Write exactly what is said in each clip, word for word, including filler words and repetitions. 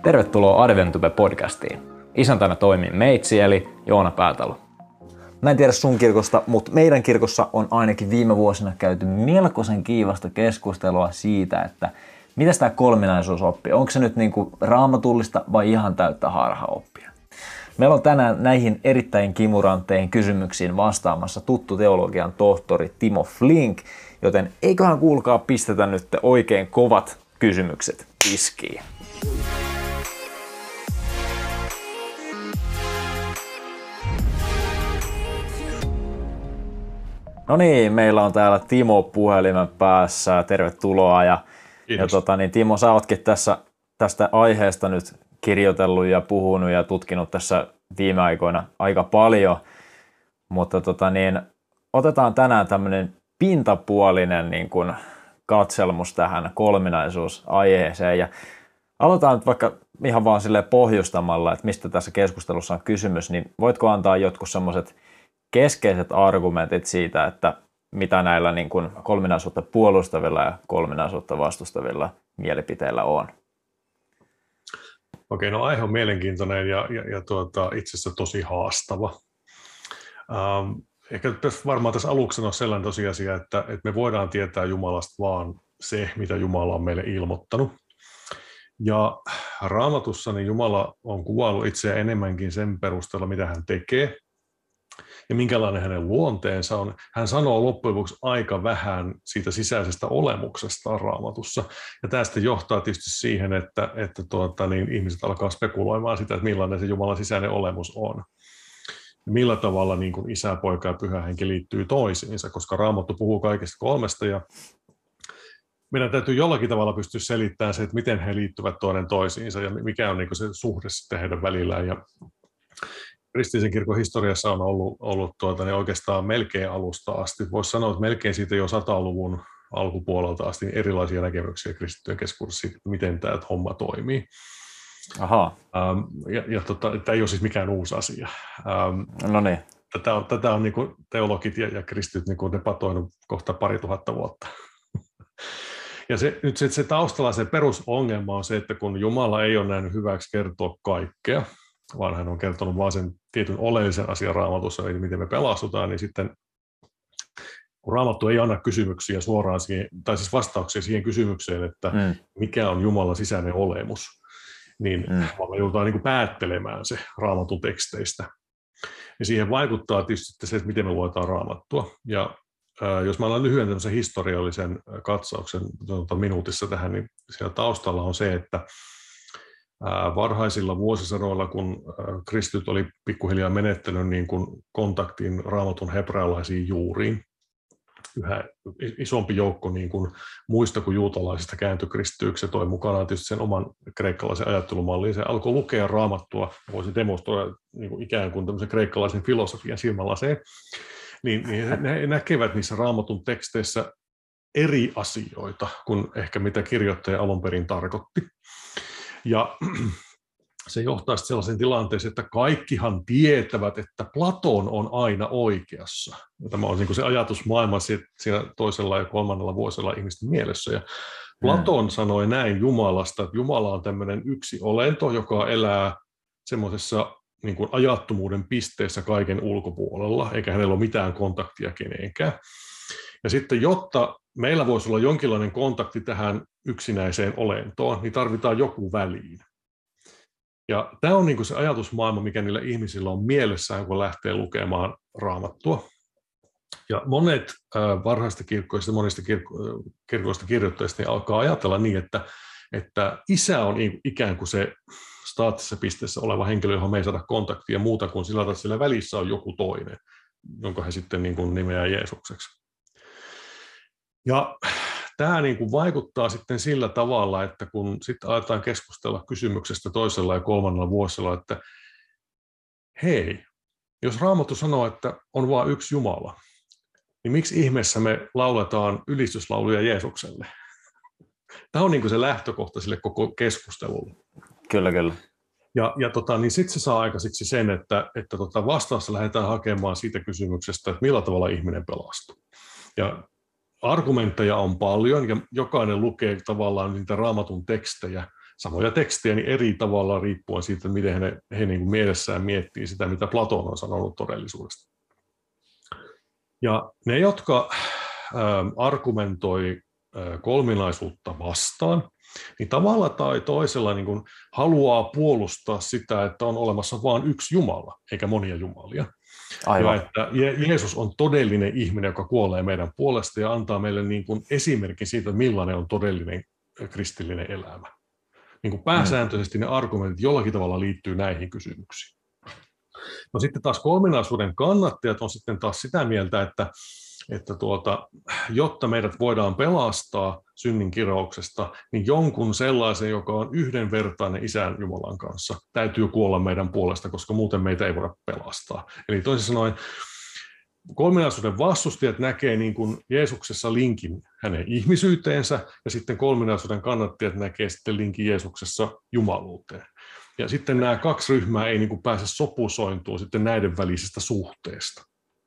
Tervetuloa Adventube-podcastiin. Isäntänä toimii meitsi eli Joona Päätalo. Mä en tiedä sun kirkosta, mutta meidän kirkossa on ainakin viime vuosina käyty melkoisen kiivasta keskustelua siitä, että mitä tämä kolminaisuusoppi, onko se nyt niinku raamatullista vai ihan täyttä harhaoppia. Meillä on tänään näihin erittäin kimurantteihin kysymyksiin vastaamassa tuttu teologian tohtori Timo Flink, joten eiköhän kuulkaa pistetä nyt oikein kovat kysymykset tiskiin. No niin, meillä on täällä Timo puhelimen päässä. Tervetuloa. Ja, ja tota, niin Timo, sä ootkin tässä, tästä aiheesta nyt kirjoitellut ja puhunut ja tutkinut tässä viime aikoina aika paljon. Mutta tota, niin, otetaan tänään tämmöinen pintapuolinen niin kuin katselmus tähän kolminaisuusaiheeseen. Ja aloitetaan nyt vaikka ihan vaan silleen pohjustamalla, että mistä tässä keskustelussa on kysymys. Niin voitko antaa jotkut semmoiset keskeiset argumentit siitä, että mitä näillä niin kuin kolminaisuutta puolustavilla ja kolminaisuutta vastustavilla mielipiteillä on? Okei, no aihe on mielenkiintoinen ja, ja, ja tuota, itse asiassa tosi haastava. Ähm, ehkä varmaan tässä aluksi on sellainen tosiasia, että, että me voidaan tietää Jumalasta vaan se, mitä Jumala on meille ilmoittanut. Ja Raamatussa niin Jumala on kuvaillut itseään enemmänkin sen perusteella, mitä hän tekee ja minkälainen hänen luonteensa on. Hän sanoo loppujen lopuksi aika vähän siitä sisäisestä olemuksesta Raamatussa. Ja tästä johtaa tietysti siihen, että, että tuota, niin ihmiset alkaa spekuloimaan sitä, että millainen se Jumalan sisäinen olemus on. Millä tavalla niin kuin Isä, Poika ja Pyhä Henki liittyy toisiinsa, koska Raamattu puhuu kaikista kolmesta. Ja meidän täytyy jollakin tavalla pystyä selittämään se, että miten he liittyvät toinen toisiinsa ja mikä on niin kuin se suhde sitten heidän välillään. Ja kristillisen kirkon historiassa on ollut, ollut tuota, niin oikeastaan melkein alusta asti. Voisi sanoa, että melkein siitä jo sataluvun alkupuolelta asti erilaisia näkemyksiä kristittyjen keskuudessa, miten tämä homma toimii. Aha. Ähm, ja, ja tota, tämä ei ole siis mikään uusi asia. Ähm, no niin. Tätä on, tätä on niin kuin teologit ja, ja kristityt niin kuin debatoinut kohta pari tuhatta vuotta. Ja se, nyt se, se taustalla se perusongelma on se, että kun Jumala ei ole nähnyt hyväksi kertoa kaikkea, vaan hän on kertonut vain sen tietyn oleellisen asian Raamatussa, eli miten me pelastutaan, niin sitten kun Raamattu ei anna kysymyksiä suoraan siihen, tai siis vastauksia siihen kysymykseen, että mm. mikä on Jumalan sisäinen olemus, niin mm. me joudutaan niin kuin päättelemään se Raamatun teksteistä. Ja siihen vaikuttaa tietysti se, että miten me luetaan Raamattua. Ja äh, jos mä alan lyhyen tämmöisen historiallisen katsauksen minuutissa tähän, niin siellä taustalla on se, että varhaisilla vuosisadoilla, kun kristityt oli pikkuhiljaa menettänyt niin kuin kontaktin Raamatun hebrealaisiin juuriin, yhä isompi joukko niin kuin muista kuin juutalaisista kääntyi kristityksi ja toi mukanaan tietysti sen oman kreikkalaisen ajattelumallin. Se alkoi lukea Raamattua, voisi demonstroida niin kuin ikään kuin tämmöisen kreikkalaisen filosofian silmälaseen, niin, niin he näkevät niissä Raamatun teksteissä eri asioita kuin ehkä mitä kirjoittaja alun perin tarkoitti. Ja se johtaa sellaisen tilanteeseen, että kaikkihan tietävät, että Platon on aina oikeassa. Ja tämä on niin kuin se ajatusmaailma siinä toisella ja kolmannella vuosella ihmisten mielessä. Ja Platon hmm. sanoi näin Jumalasta, että Jumala on tämmöinen yksi olento, joka elää semmoisessa niin kuin ajattomuuden pisteessä kaiken ulkopuolella, eikä hänellä ole mitään kontaktia kenenkään. Ja sitten jotta meillä voisi olla jonkinlainen kontakti tähän yksinäiseen olentoon, niin tarvitaan joku väliin. Ja tämä on niin kuin se ajatusmaailma, mikä niillä ihmisillä on mielessään, kun lähtee lukemaan Raamattua. Ja monet varhaisista kirkkoista, monista kirkko- kirkoista kirjoittajista niin alkaa ajatella niin, että, että Isä on ikään kuin se staattisessa pisteessä oleva henkilö, johon me ei saada kontaktia muuta kuin sillä, että sillä välissä on joku toinen, jonka he sitten niin kuin nimeää Jeesukseksi. Ja tämä niin kuin vaikuttaa sitten sillä tavalla, että kun sitten aletaan keskustella kysymyksestä toisella ja kolmannella vuosilla, että hei, jos Raamattu sanoo, että on vain yksi Jumala, niin miksi ihmeessä me lauletaan ylistyslauluja Jeesukselle? Tämä on niin kuin se lähtökohta sille koko keskustelulle. Kyllä, kyllä. Ja, ja tota, niin sitten se saa aikaiseksi sen, että, että tota vastausta lähdetään hakemaan siitä kysymyksestä, että millä tavalla ihminen pelastuu. Ja argumentteja on paljon ja jokainen lukee tavallaan niitä Raamatun tekstejä samoja tekstejä niin eri tavalla riippuen siitä, miten he, he niin kuin mielessään miettii sitä, mitä Platon on sanonut todellisuudesta. Ja ne, jotka äh, argumentoi äh, kolminaisuutta vastaan, niin tavalla tai toisella niin kuin haluaa puolustaa sitä, että on olemassa vain yksi Jumala, eikä monia jumalia. Aivan. Ja että Je- Jeesus on todellinen ihminen, joka kuolee meidän puolesta ja antaa meille niin kuin esimerkin siitä, millainen on todellinen kristillinen elämä. Niin kuin pääsääntöisesti ne argumentit jollakin tavalla liittyy näihin kysymyksiin. No sitten taas kolminaisuuden kannattajat on sitten taas sitä mieltä, että, että tuota, jotta meidät voidaan pelastaa synnin kirouksesta, niin jonkun sellaisen, joka on yhdenvertainen Isän Jumalan kanssa, täytyy kuolla meidän puolesta, koska muuten meitä ei voida pelastaa. Eli toisin sanoen, kolminaisuuden vastustajat näkee niin kuin Jeesuksessa linkin hänen ihmisyyteensä, ja sitten kolminaisuuden kannattajat näkee sitten linkin Jeesuksessa jumaluuteen. Ja sitten nämä kaksi ryhmää ei niin kuin pääse sopusointuun sitten näiden välisestä suhteesta.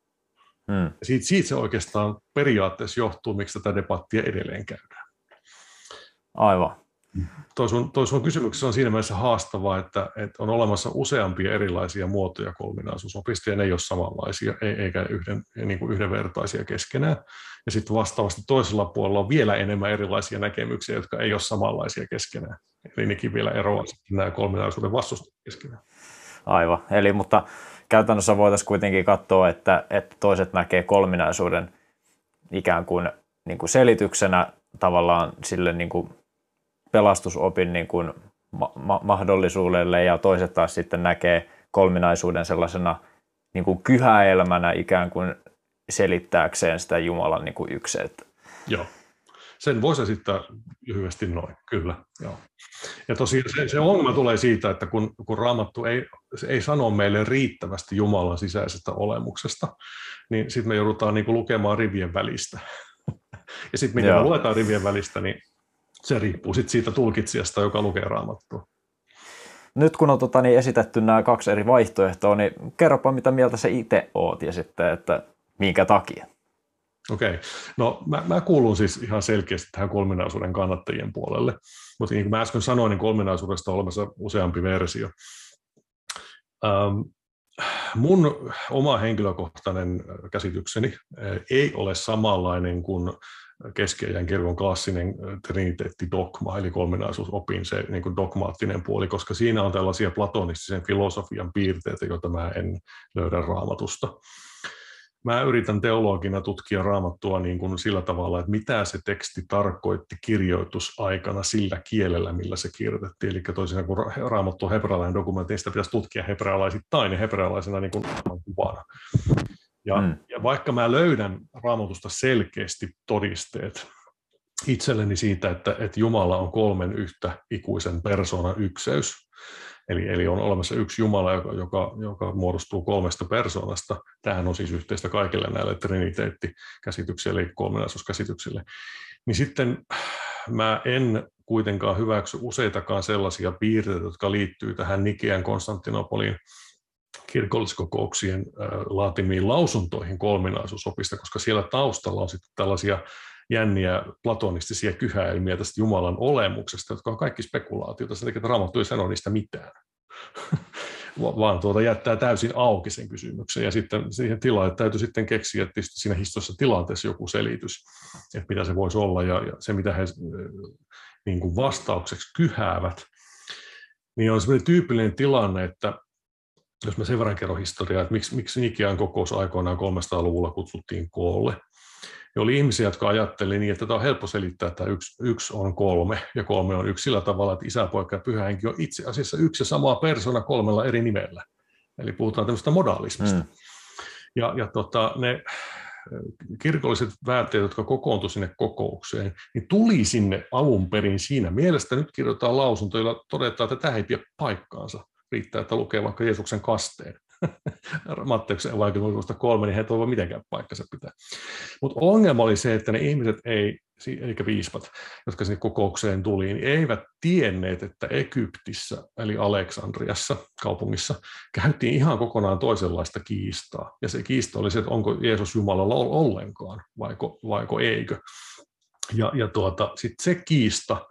Hmm. Siitä, siitä se oikeastaan periaatteessa johtuu, miksi tätä debattia edelleen käydään. Aivan. Toi sun, toi sun kysymyksessä on siinä mielessä haastavaa, että, että on olemassa useampia erilaisia muotoja kolminaisuusopista, ja ne ei ole samanlaisia eikä yhden, niin kuin yhdenvertaisia keskenään. Ja sitten vastaavasti toisella puolella on vielä enemmän erilaisia näkemyksiä, jotka ei ole samanlaisia keskenään. Eli nekin vielä eroavat nämä kolminaisuuden vastustajat keskenään. Aivan. Eli mutta käytännössä voitaisiin kuitenkin katsoa, että, että toiset näkee kolminaisuuden ikään kuin, niin kuin selityksenä tavallaan sille niin kuin pelastusopin niin kuin ma- ma- mahdollisuudelle, ja toiset taas sitten näkee kolminaisuuden sellaisena niin kuin kyhäelmänä ikään kuin selittääkseen sitä Jumalan niin kuin ykseyttä. Joo. Sen voisi esittää lyhyesti noin, kyllä. Joo. Ja tosiaan se, se ongelma tulee siitä, että kun, kun Raamattu ei, ei sano meille riittävästi Jumalan sisäisestä olemuksesta, niin sitten me joudutaan niin kuin lukemaan rivien välistä. Ja sitten miten Joo. me luetaan rivien välistä, niin se riippuu sitten siitä tulkitsijasta, joka lukee Raamattua. Nyt kun on tota, niin esitetty nämä kaksi eri vaihtoehtoa, niin kerropa mitä mieltä sä itse oot ja sitten, että minkä takia. Okei, okay. No mä, mä kuulun siis ihan selkeästi tähän kolminaisuuden kannattajien puolelle, mutta niin kuin mä äsken sanoin, niin kolminaisuudesta on olemassa useampi versio. Ähm, mun oma henkilökohtainen käsitykseni ei ole samanlainen kuin keskiajan kirkon klassinen triniteettidogma, eli kolminaisuusopin se niin kuin dogmaattinen puoli, koska siinä on tällaisia platonistisen filosofian piirteitä, joita mä en löydä Raamatusta. Mä yritän teologina tutkia Raamattua niin kuin sillä tavalla, että mitä se teksti tarkoitti kirjoitusaikana sillä kielellä, millä se kirjoitettiin. Eli toisin kuin Raamattu on hebrealainen dokumentti, niin sitä pitäisi tutkia hebrealaisittain ja hebrealaisena niin kuin kuvana. Ja, mm. ja vaikka mä löydän Raamatusta selkeästi todisteet itselleni siitä, että, että Jumala on kolmen yhtä ikuisen persoonan ykseys, Eli, eli on olemassa yksi Jumala, joka, joka, joka muodostuu kolmesta persoonasta. Tämähän on siis yhteistä kaikille näille triniteettikäsityksille, eli kolminaisuuskäsityksille. Niin sitten mä en kuitenkaan hyväksy useitakaan sellaisia piirteitä, jotka liittyy tähän Nikean Konstantinopolin kirkolliskokouksien laatimiin lausuntoihin kolminaisuusopista, koska siellä taustalla on sitten tällaisia jänniä platonistisia kyhäelmiä tästä Jumalan olemuksesta, jotka on kaikki spekulaatiota, sen takia, että Raamattu ei sano niistä mitään, vaan tuota jättää täysin auki sen kysymyksen, ja sitten siihen tilaan täytyy sitten keksiä tietysti siinä historiallisessa tilanteessa joku selitys, että mitä se voisi olla, ja, ja se mitä he niin kuin vastaukseksi kyhäävät, niin on sellainen tyypillinen tilanne, että jos mä sen verran kerron historiaa, että miksi, miksi Nikean kokous aikoinaan kolmesataaluvulla kutsuttiin koolle, ja oli ihmisiä, jotka ajattelivat niin, että tämä on helppo selittää, että yksi, yksi on kolme ja kolme on yksi sillä tavalla, että Isä, Poika ja Pyhä Henki on itse asiassa yksi ja sama persona kolmella eri nimellä. Eli puhutaan tämmöistä modaalismista. Mm. Ja, ja tota, ne kirkolliset väärteet, jotka kokoontuivat sinne kokoukseen, niin tuli sinne alun perin siinä mielessä, nyt kirjoitetaan lausunto, jolla todetaan, että tämä ei pidä paikkaansa. Riittää, että lukee vaikka Jeesuksen kasteen. Matteuksen vaikutusta kolme, niin he ei voi mitenkään paikkansa pitää. Mutta ongelma oli se, että ne ihmiset, ei, eli piispat, jotka sinne kokoukseen tuli, niin eivät tienneet, että Egyptissä, eli Aleksandriassa kaupungissa, käytiin ihan kokonaan toisenlaista kiistaa. Ja se kiista oli se, että onko Jeesus Jumalalla ollenkaan, vaiko, vaiko eikö. Ja, ja tuota, sitten se kiista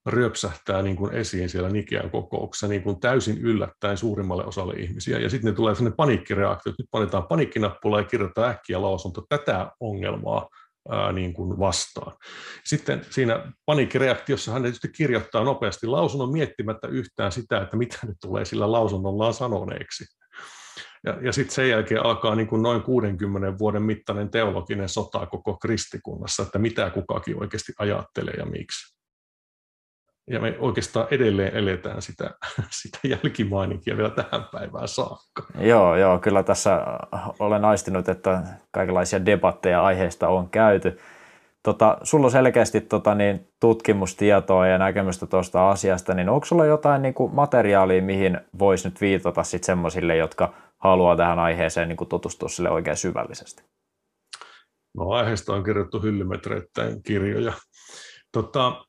ryöpsähtää niin kuin esiin siellä Nikean kokouksessa niin kuin täysin yllättäen suurimmalle osalle ihmisiä. Ja sitten ne tulee sellainen paniikkireaktio, että nyt panitaan paniikkinappula ja kirjoitetaan äkkiä lausunto tätä ongelmaa ää, niin kuin vastaan. Sitten siinä paniikkireaktiossa hän tietysti kirjoittaa nopeasti lausunnon miettimättä yhtään sitä, että mitä ne tulee sillä lausunnollaan sanoneeksi. Ja, ja sitten sen jälkeen alkaa niin kuin noin kuudenkymmenen vuoden mittainen teologinen sota koko kristikunnassa, että mitä kukakin oikeasti ajattelee ja miksi. Ja me oikeastaan edelleen eletään sitä, sitä jälkimaininkia vielä tähän päivään saakka. Joo, joo, kyllä tässä olen aistinut, että kaikenlaisia debatteja aiheesta on käyty. Tota, sulla on selkeästi tota, niin, tutkimustietoa ja näkemystä tuosta asiasta, niin onko sulla jotain niin kuin materiaalia, mihin voisi nyt viitata sitten semmoisille, jotka haluaa tähän aiheeseen niin kuin tutustua sille oikein syvällisesti? No aiheesta on kirjoittu hyllymetreittäin kirjoja. Tota,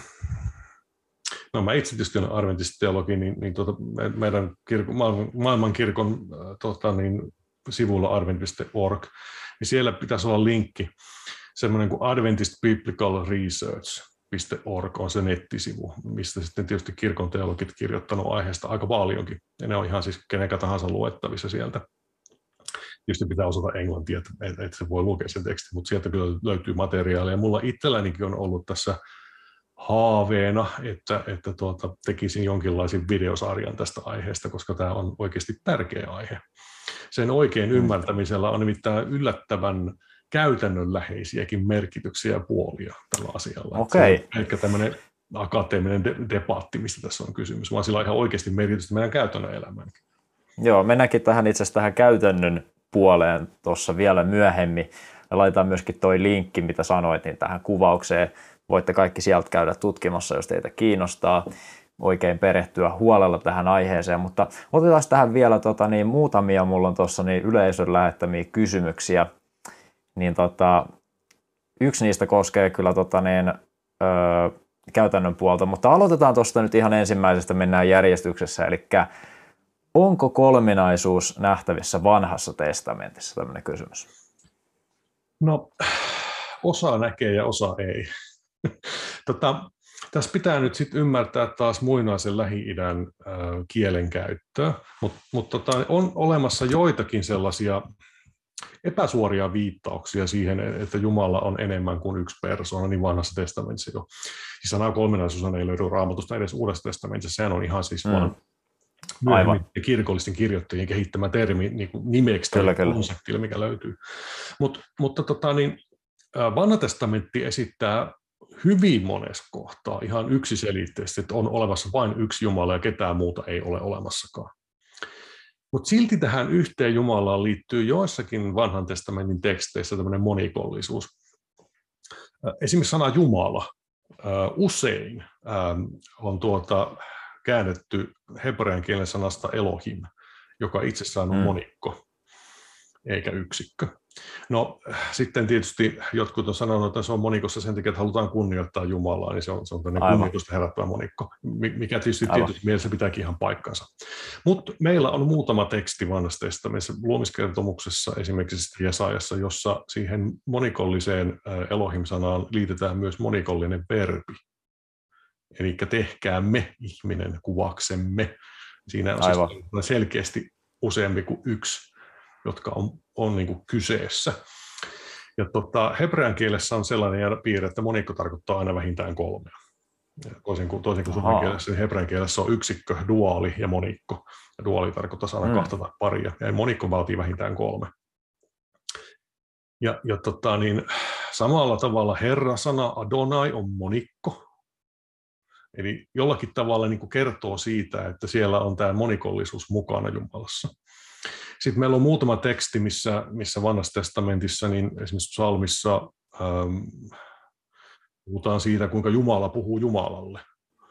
no mä itse tietysti olen adventisteologi, niin, niin tota, meidän kirkon, maailman, maailmankirkon äh, tota, niin, sivulla adventist piste org, niin siellä pitäisi olla linkki, semmoinen kuin adventist biblical research piste org on se nettisivu, mistä sitten tietysti kirkon teologit kirjoittanut aiheesta aika paljonkin, ja ne on ihan siis kenenkä tahansa luettavissa sieltä. Tietysti pitää osata englantia, että et se voi lukea sen tekstin, mutta sieltä kyllä löytyy materiaalia. Mulla itsellänikin on ollut tässä haaveena, että, että tuota, tekisin jonkinlaisen videosarjan tästä aiheesta, koska tämä on oikeasti tärkeä aihe. Sen oikein ymmärtämisellä on nimittäin yllättävän käytännönläheisiäkin merkityksiä ja puolia tällä asialla. Okay. Eikä tämmöinen akateeminen de- debaatti, mistä tässä on kysymys, vaan sillä on ihan oikeasti merkitystä meidän käytännön elämään. Joo, mennäänkin tähän itse asiassa tähän käytännön puoleen tuossa vielä myöhemmin. Ja laitetaan myöskin toi linkki, mitä sanoit, niin tähän kuvaukseen. Voitte kaikki sieltä käydä tutkimassa, jos teitä kiinnostaa oikein perehtyä huolella tähän aiheeseen. Mutta otetaan tähän vielä tota, niin, muutamia, mulla on tuossa niin, yleisön lähettämiä kysymyksiä. Niin, tota, yksi niistä koskee kyllä tota, niin, öö, käytännön puolta, mutta aloitetaan tuosta nyt ihan ensimmäisestä, mennään järjestyksessä. Eli onko kolminaisuus nähtävissä vanhassa testamentissa, tämmöinen kysymys? No, osa näkee ja osa ei. tota, tässä pitää nyt sit ymmärtää taas muinaisen Lähi-idän äh, kielenkäyttöä, mutta mut tota, on olemassa joitakin sellaisia epäsuoria viittauksia siihen, että Jumala on enemmän kuin yksi persoona, niin vanhassa testamentissa jo. Siis sana kolminaisuus ei löydy Raamatusta edes Uudessa testamentissa, sehän on ihan siis mm. vaan myöhemmin kirkollisten kirjoittajien kehittämä termi niin kuin nimeksi tällä konseptilla, mikä löytyy. Mut, mutta tota, niin, vanha testamentti esittää hyvin monessa kohtaa ihan yksiselitteisesti, että on olemassa vain yksi Jumala ja ketään muuta ei ole olemassakaan. Mutta silti tähän yhteen Jumalaan liittyy joissakin vanhan testamentin teksteissä tämmöinen monikollisuus. Esimerkiksi sana Jumala usein on tuota käännetty hebrean kielen sanasta Elohim, joka itsessään on mm. monikko, eikä yksikkö. No sitten tietysti jotkut on sanonut, että se on monikossa sen takia, että halutaan kunnioittaa Jumalaa, niin se on, se on tämmöinen kunnioitusta herättävä monikko, mikä tietysti Aivan. tietysti mielessä pitääkin ihan paikkansa. Mutta meillä on muutama teksti vanhassa testamentissa, luomiskertomuksessa esimerkiksi Jesaajassa, jossa siihen monikolliseen Elohim-sanaan liitetään myös monikollinen verbi. Eli tehkäämme ihminen kuvaksemme. Siinä on Aivan. siis selkeästi useampi kuin yksi, jotka on, on niin kuin kyseessä. Ja tota, hebrean kielessä on sellainen piirre, että monikko tarkoittaa aina vähintään kolmea. Ja toisin kuin, toisin kuin suomen kielessä, niin hebrean kielessä on yksikkö, duaali ja monikko. Ja duaali tarkoittaa aina mm. kahta tai paria, ja monikko vaatii vähintään kolme. Ja, ja tota, niin, samalla tavalla Herra-sana Adonai on monikko. Eli jollakin tavalla niin kuin kertoo siitä, että siellä on tämä monikollisuus mukana Jumalassa. Sitten meillä on muutama teksti, missä, missä vanhassa testamentissa, niin esimerkiksi psalmissa ähm, puhutaan siitä, kuinka Jumala puhuu Jumalalle.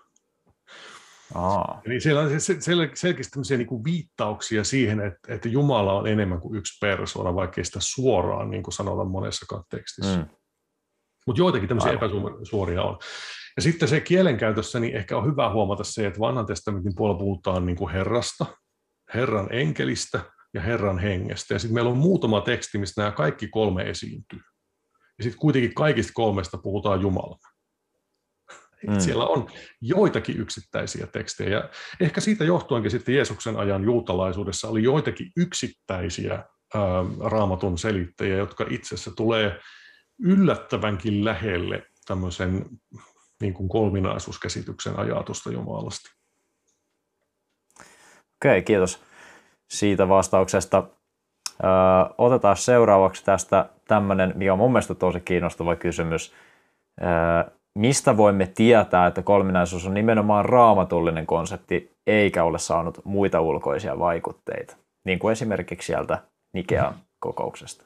Aa. Eli siellä on sel- sel- selkeästi tämmöisiä niin kuin viittauksia siihen, että, että Jumala on enemmän kuin yksi persoona, vaikkei sitä suoraan niin kuin sanotaan monessakaan tekstissä. Mm. Mutta joitakin tämmöisiä Aivan. epäsuoria on. Ja sitten se kielenkäytössä, niin ehkä on hyvä huomata se, että vanhan testamentin puolella puhutaan niin kuin Herrasta, Herran enkelistä ja Herran hengestä. Ja sitten meillä on muutama teksti, missä nämä kaikki kolme esiintyy. Ja sitten kuitenkin kaikista kolmesta puhutaan Jumalana. Mm. Siellä on joitakin yksittäisiä tekstejä. Ja ehkä siitä johtuenkin sitten Jeesuksen ajan juutalaisuudessa oli joitakin yksittäisiä ää, raamatun selittäjiä, jotka itse asiassa tulee yllättävänkin lähelle tämmöisen niin kuin kolminaisuuskäsityksen ajatusta Jumalasta. Okei, kiitos siitä vastauksesta. Öö, otetaan seuraavaksi tästä tämmöinen, mikä on mun mielestä tosi kiinnostava kysymys. Öö, mistä voimme tietää, että kolminaisuus on nimenomaan raamatullinen konsepti, eikä ole saanut muita ulkoisia vaikutteita, niin kuin esimerkiksi sieltä Nikean kokouksesta?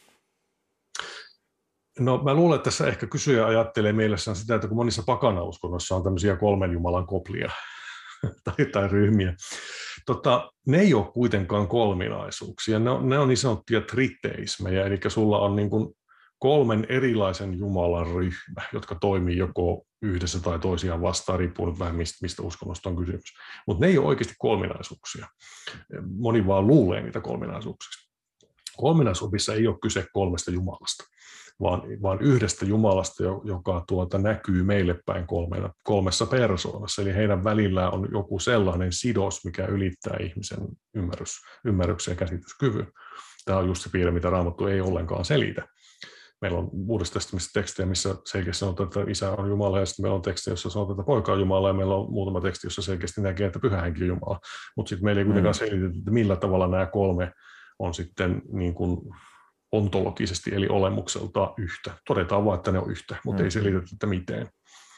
No mä luulen, että tässä ehkä kysyjä ajattelee mielessään sitä, että kun monissa pakanauskonnoissa on tämmöisiä kolmen Jumalan koplia tai, tai ryhmiä, tota, ne ei ole kuitenkaan kolminaisuuksia, ne on, ne on niin sanottuja triteismejä, eli sulla on niin kuin kolmen erilaisen Jumalan ryhmä, jotka toimii joko yhdessä tai toisiaan vastaan, riippuen vähän mistä, mistä uskonnosta on kysymys. Mutta ne ei ole oikeasti kolminaisuuksia. Moni vaan luulee niitä kolminaisuuksiksi. Kolminaisuudessa ei ole kyse kolmesta Jumalasta, vaan, vaan yhdestä Jumalasta, joka tuota näkyy meille päin kolmena, kolmessa persoonassa. Eli heidän välillään on joku sellainen sidos, mikä ylittää ihmisen ymmärrys, ymmärryksen ja käsityskyvyn. Tämä on just se piirre, mitä Raamattu ei ollenkaan selitä. Meillä on Uudessa testamentissa tekstejä, missä selkeästi sanotaan, että Isä on Jumala, ja sitten meillä on tekstejä, jossa sanotaan, että Poika on Jumala, ja meillä on muutama teksti, jossa selkeästi näkee, että Pyhä Henki on Jumala. Mutta sitten meillä ei kuitenkaan selitetä, että millä tavalla nämä kolme on sitten niin kuin ontologisesti, eli olemukseltaan yhtä. Todetaan vaan, että ne on yhtä, mutta mm. ei selitetä, että miten.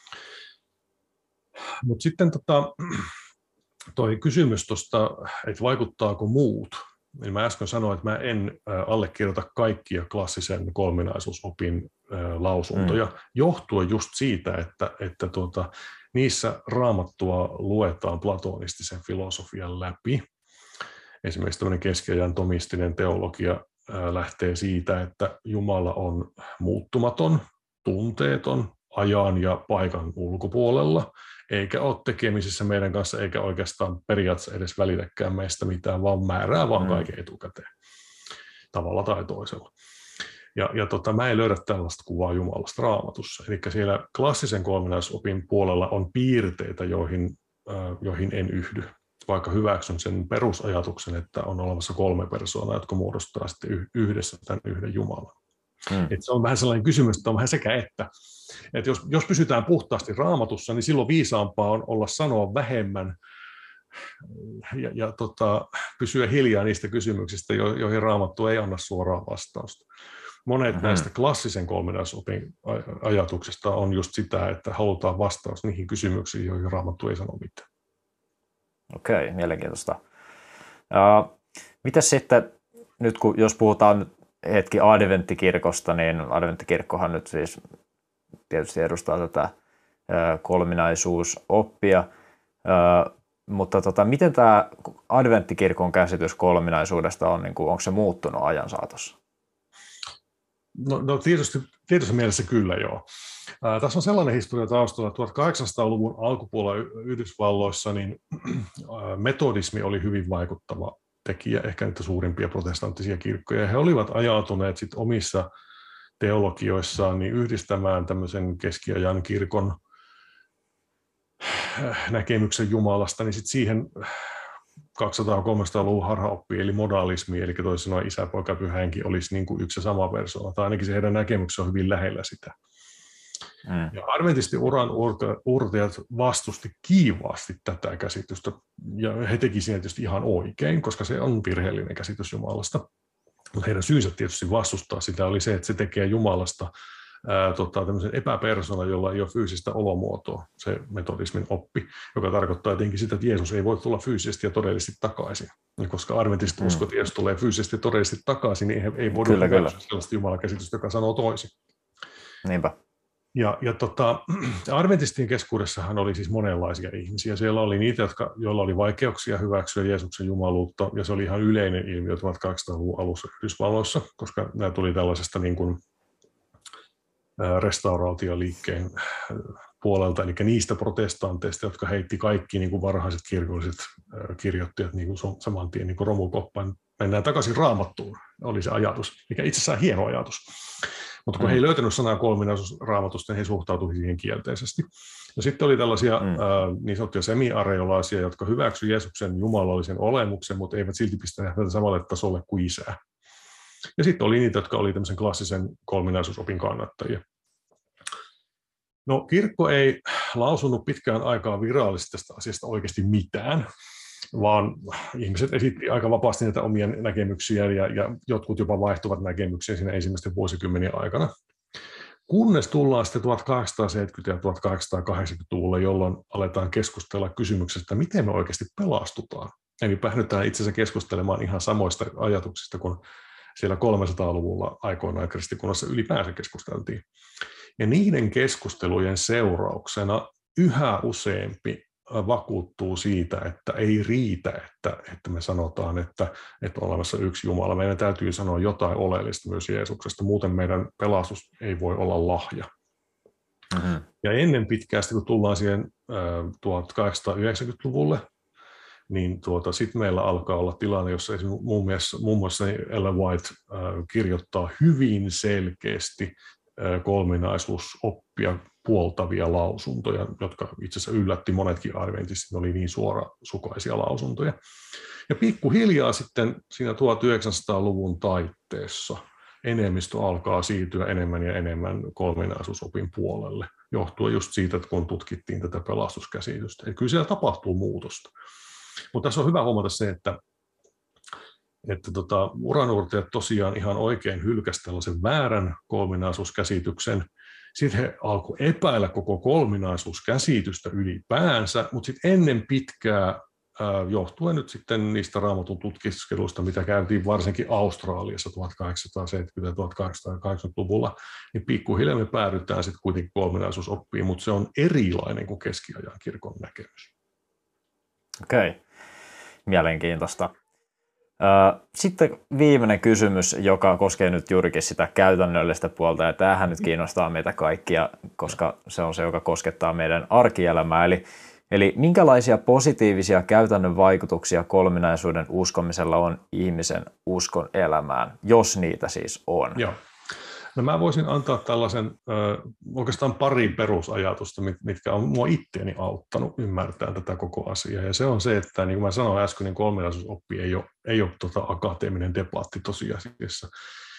Mutta sitten tota, toi kysymys tuosta, että vaikuttaako muut, niin mä äsken sanoin, että mä en allekirjoita kaikkia klassisen kolminaisuusopin lausuntoja, mm. johtuen just siitä, että, että tuota, niissä Raamattua luetaan platonistisen filosofian läpi. Esimerkiksi tämmöinen keskiajan tomistinen teologia lähtee siitä, että Jumala on muuttumaton, tunteeton, ajan ja paikan ulkopuolella, eikä ole tekemisissä meidän kanssa, eikä oikeastaan periaatteessa edes välitäkään meistä mitään, vaan määrää vaan kaiken etukäteen, tavalla tai toisella. Ja, ja tota, mä en löydä tällaista kuvaa Jumalasta Raamatussa. Eli siellä klassisen kolminaisopin puolella on piirteitä, joihin, äh, joihin en yhdy, vaikka hyväksyn sen perusajatuksen, että on olemassa kolme persoonaa, jotka muodostaa sitten yhdessä tämän yhden Jumalan. Hmm. Et se on vähän sellainen kysymys, että on vähän sekä että. Et jos, jos pysytään puhtaasti Raamatussa, niin silloin viisaampaa on olla sanoa vähemmän ja, ja tota, pysyä hiljaa niistä kysymyksistä, jo, joihin Raamattu ei anna suoraa vastausta. Monet hmm. näistä klassisen kolminaisopin ajatuksista on just sitä, että halutaan vastaus niihin kysymyksiin, joihin Raamattu ei sano mitään. Okei, mielenkiintoista. Uh, mitäs sitten, nyt kun, jos puhutaan hetki adventtikirkosta, niin adventtikirkkohan nyt siis tietysti edustaa tätä kolminaisuusoppia, mutta tota, miten tämä adventtikirkon käsitys kolminaisuudesta on, niin kuin, onko se muuttunut ajan saatossa? No, no tietysti, tietysti mielessä kyllä joo. Ää, tässä on sellainen historia taustalla, että tuhatkahdeksansataaluvun alkupuolella Yhdysvalloissa niin, ää, metodismi oli hyvin vaikuttava tekijä, ehkä niitä suurimpia protestanttisia kirkkoja. He olivat ajautuneet sit omissa teologioissaan niin yhdistämään tämmöisen keskiajan kirkon näkemyksen Jumalasta, niin sit siihen kaksisataa-kolmesataaluvun harhaoppi, eli modalismi, eli toisin sanoen Isä, Poika, Pyhä Henki olisi niin kuin yksi ja sama persoona, tai ainakin se heidän näkemyksensä on hyvin lähellä sitä. Mm. Ja adventisti uran uurtajat vastusti kiivaasti tätä käsitystä, ja he teki siinä tietysti ihan oikein, koska se on virheellinen käsitys Jumalasta. Mutta heidän syynsä tietysti vastustaa sitä oli se, että se tekee Jumalasta ää, tota, tämmöisen epäpersona, jolla ei ole fyysistä olomuotoa, se metodismin oppi, joka tarkoittaa etenkin sitä, että Jeesus ei voi tulla fyysisesti ja todellisesti takaisin. Ja koska adventistit mm. uskoo, että Jeesus tulee fyysisesti ja todellisesti takaisin, niin ei voida hyväksyä sellaista Jumalan käsitystä, joka sanoo toisin. Niinpä. Ja, ja tota, adventistien keskuudessahan oli siis monenlaisia ihmisiä. Siellä oli niitä, jotka, joilla oli vaikeuksia hyväksyä Jeesuksen jumaluutta, ja se oli ihan yleinen ilmiö tuhatkahdeksansataaluvun alussa Yhdysvalloissa, koska nämä tuli tällaisesta niin kuin restauraatioliikkeen puolelta, eli niistä protestanteista, jotka heitti kaikki niin kuin varhaiset kirkolliset kirjoittajat niin kuin saman tien niin kuin romukoppaan. Mennään takaisin Raamattuun, oli se ajatus, mikä itse asiassa hieno ajatus. Mutta kun mm. he ei löytänyt sanaa kolminaisuus Raamatusta, niin he suhtautuivat siihen kielteisesti. Ja sitten oli tällaisia mm. äh, niin sanottuja semi-areolaisia, jotka hyväksyivät Jeesuksen jumalallisen olemuksen, mutta eivät silti pistäneet häntä samalle tasolle kuin isää. Ja sitten oli niitä, jotka oli tämmöisen klassisen kolminaisuusopin kannattajia. No, kirkko ei lausunut pitkään aikaa virallisesti tästä asiasta oikeasti mitään, vaan ihmiset esitti aika vapaasti näitä omia näkemyksiä ja, ja jotkut jopa vaihtuvat näkemyksiä siinä ensimmäisten vuosikymmenien aikana. Kunnes tullaan sitten tuhatkahdeksansataaseitsemänkymmentä- ja tuhatkahdeksansataakahdeksankymmentäluvulle, jolloin aletaan keskustella kysymyksestä, miten me oikeasti pelastutaan. Eli päädytään itse asiassa keskustelemaan ihan samoista ajatuksista kuin siellä kolmesataaluvulla aikoinaan kristikunnassa ylipäänsä keskusteltiin. Ja niiden keskustelujen seurauksena yhä useampi vakuuttuu siitä, että ei riitä, että, että me sanotaan, että, että on olemassa yksi Jumala. Meidän täytyy sanoa jotain oleellista myös Jeesuksesta, muuten meidän pelastus ei voi olla lahja. Mm-hmm. Ja ennen pitkään, kun tullaan siihen äh, tuhatkahdeksansataayhdeksänkymmentäluvulle, niin tuota, sitten meillä alkaa olla tilanne, jossa muun muassa, muun muassa Ellen White äh, kirjoittaa hyvin selkeästi äh, kolminaisuusoppia puoltavia lausuntoja, jotka itse asiassa yllätti monetkin adventistit, ne oli niin suorasukaisia lausuntoja. Ja pikkuhiljaa sitten siinä tuhatyhdeksänsataaluvun taitteessa enemmistö alkaa siirtyä enemmän ja enemmän kolminaisuusopin puolelle, johtuen just siitä, että kun tutkittiin tätä pelastuskäsitystä. Eli kyllä siellä tapahtuu muutosta. Mutta tässä on hyvä huomata se, että, että tota, uranuurtajat tosiaan ihan oikein hylkäsivät tällaisen väärän kolminaisuuskäsityksen. Sitten he alkoivat epäillä koko kolminaisuuskäsitystä ylipäänsä, mutta sitten ennen pitkää, johtuen nyt sitten niistä Raamatun tutkiskeluista, mitä käytiin varsinkin Australiassa tuhatkahdeksansataaseitsemänkymmentä- ja tuhatkahdeksansataakahdeksankymmentäluvulla, niin pikkuhiljaa me päädytään sitten kuitenkin kolminaisuusoppiin, mutta se on erilainen kuin keskiajan kirkon näkemys. Okei, mielenkiintoista. Sitten viimeinen kysymys, joka koskee nyt juurikin sitä käytännöllistä puolta, ja tämähän nyt kiinnostaa meitä kaikkia, koska se on se, joka koskettaa meidän arkielämää. Eli, eli minkälaisia positiivisia käytännön vaikutuksia kolminaisuuden uskomisella on ihmisen uskon elämään, jos niitä siis on? Joo. No mä voisin antaa tällaisen oikeastaan pari perusajatusta, mitkä on mua itteeni auttanut ymmärtämään tätä koko asiaa. Ja se on se, että niin kuin mä sanoin äsken, niin kolminaisuusoppi ei ole, ei ole tota akateeminen debatti tosiasiassa.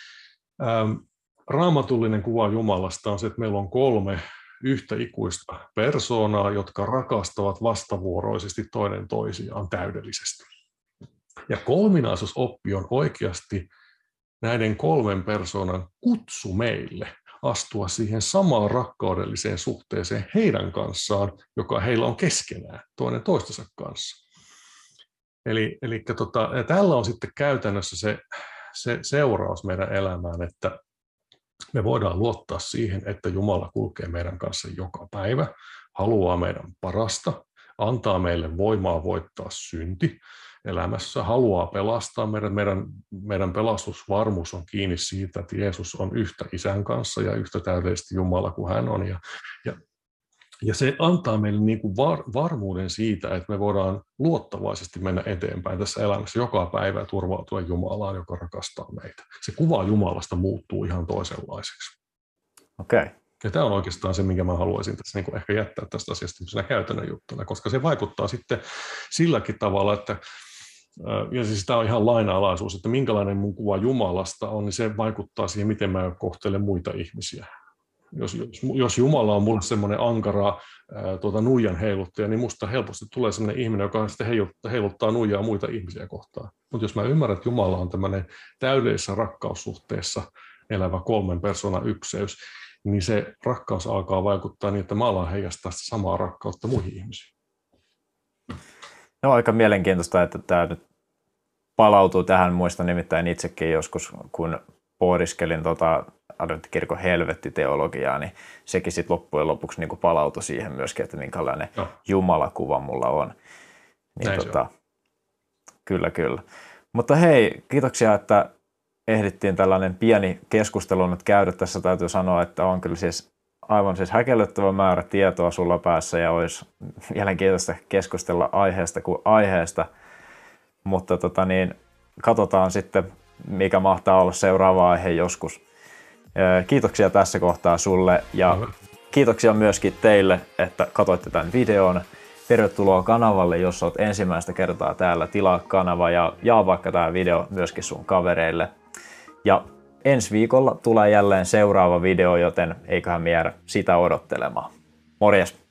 Raamatullinen kuva Jumalasta on se, että meillä on kolme yhtä ikuista persoonaa, jotka rakastavat vastavuoroisesti toinen toisiaan täydellisesti. Ja kolminaisuusoppi on oikeasti näiden kolmen persoonan kutsu meille astua siihen samaan rakkaudelliseen suhteeseen heidän kanssaan, joka heillä on keskenään toinen toistensa kanssa. Eli, eli tota, tällä on sitten käytännössä se, se seuraus meidän elämään, että me voidaan luottaa siihen, että Jumala kulkee meidän kanssa joka päivä, haluaa meidän parasta, antaa meille voimaa voittaa synti elämässä, haluaa pelastaa meidän, meidän, meidän pelastusvarmuus on kiinni siitä, että Jeesus on yhtä Isän kanssa ja yhtä täydellisesti Jumala kuin hän on. Ja, ja, ja se antaa meille niin kuin var, varmuuden siitä, että me voidaan luottavaisesti mennä eteenpäin tässä elämässä joka päivä ja turvautua Jumalaan, joka rakastaa meitä. Se kuva Jumalasta muuttuu ihan toisenlaiseksi. Okei. Okay. Ja tämä on oikeastaan se, minkä mä haluaisin tässä niin ehkä jättää tästä asiasta käytännön juttuna, koska se vaikuttaa sitten silläkin tavalla, että ja siis tämä on ihan lainalaisuus, että minkälainen mun kuva Jumalasta on, niin se vaikuttaa siihen, miten mä kohtelen muita ihmisiä. Jos, jos, jos Jumala on mulle semmoinen ankara ää, tuota, nuijan heiluttaja, niin musta helposti tulee semmoinen ihminen, joka sitten heiluttaa, heiluttaa nuijaa muita ihmisiä kohtaan. Mutta jos mä ymmärrän, että Jumala on tämmöinen täydellisessä rakkaussuhteessa elävä kolmen persoonan ykseys, niin se rakkaus alkaa vaikuttaa niin, että mä alan heijastaa sitä samaa rakkautta muihin ihmisiin. No aika mielenkiintoista, että tämä nyt palautuu tähän. Muistan nimittäin itsekin joskus, kun pohdiskelin tota adventtikirkon helvettiteologiaa, niin sekin sitten loppujen lopuksi niin kuin palautui siihen myöskin, että minkälainen no. Jumalakuva mulla on. Niin tota, on. Kyllä, kyllä. Mutta hei, kiitoksia, että ehdittiin tällainen pieni keskustelu nyt käydä. Tässä täytyy sanoa, että on kyllä siis aivan siis häkellyttävä määrä tietoa sulla päässä ja olisi mielenkiintoista keskustella aiheesta kuin aiheesta. Mutta tota niin, katsotaan sitten, mikä mahtaa olla seuraava aihe joskus. Kiitoksia tässä kohtaa sulle ja kiitoksia myöskin teille, että katsoitte tämän videon. Tervetuloa kanavalle, jos olet ensimmäistä kertaa täällä. Tilaa kanava ja jaa vaikka tämä video myöskin sun kavereille. Ja ensi viikolla tulee jälleen seuraava video, joten eiköhän me jäädä sitä odottelemaan. Morjes!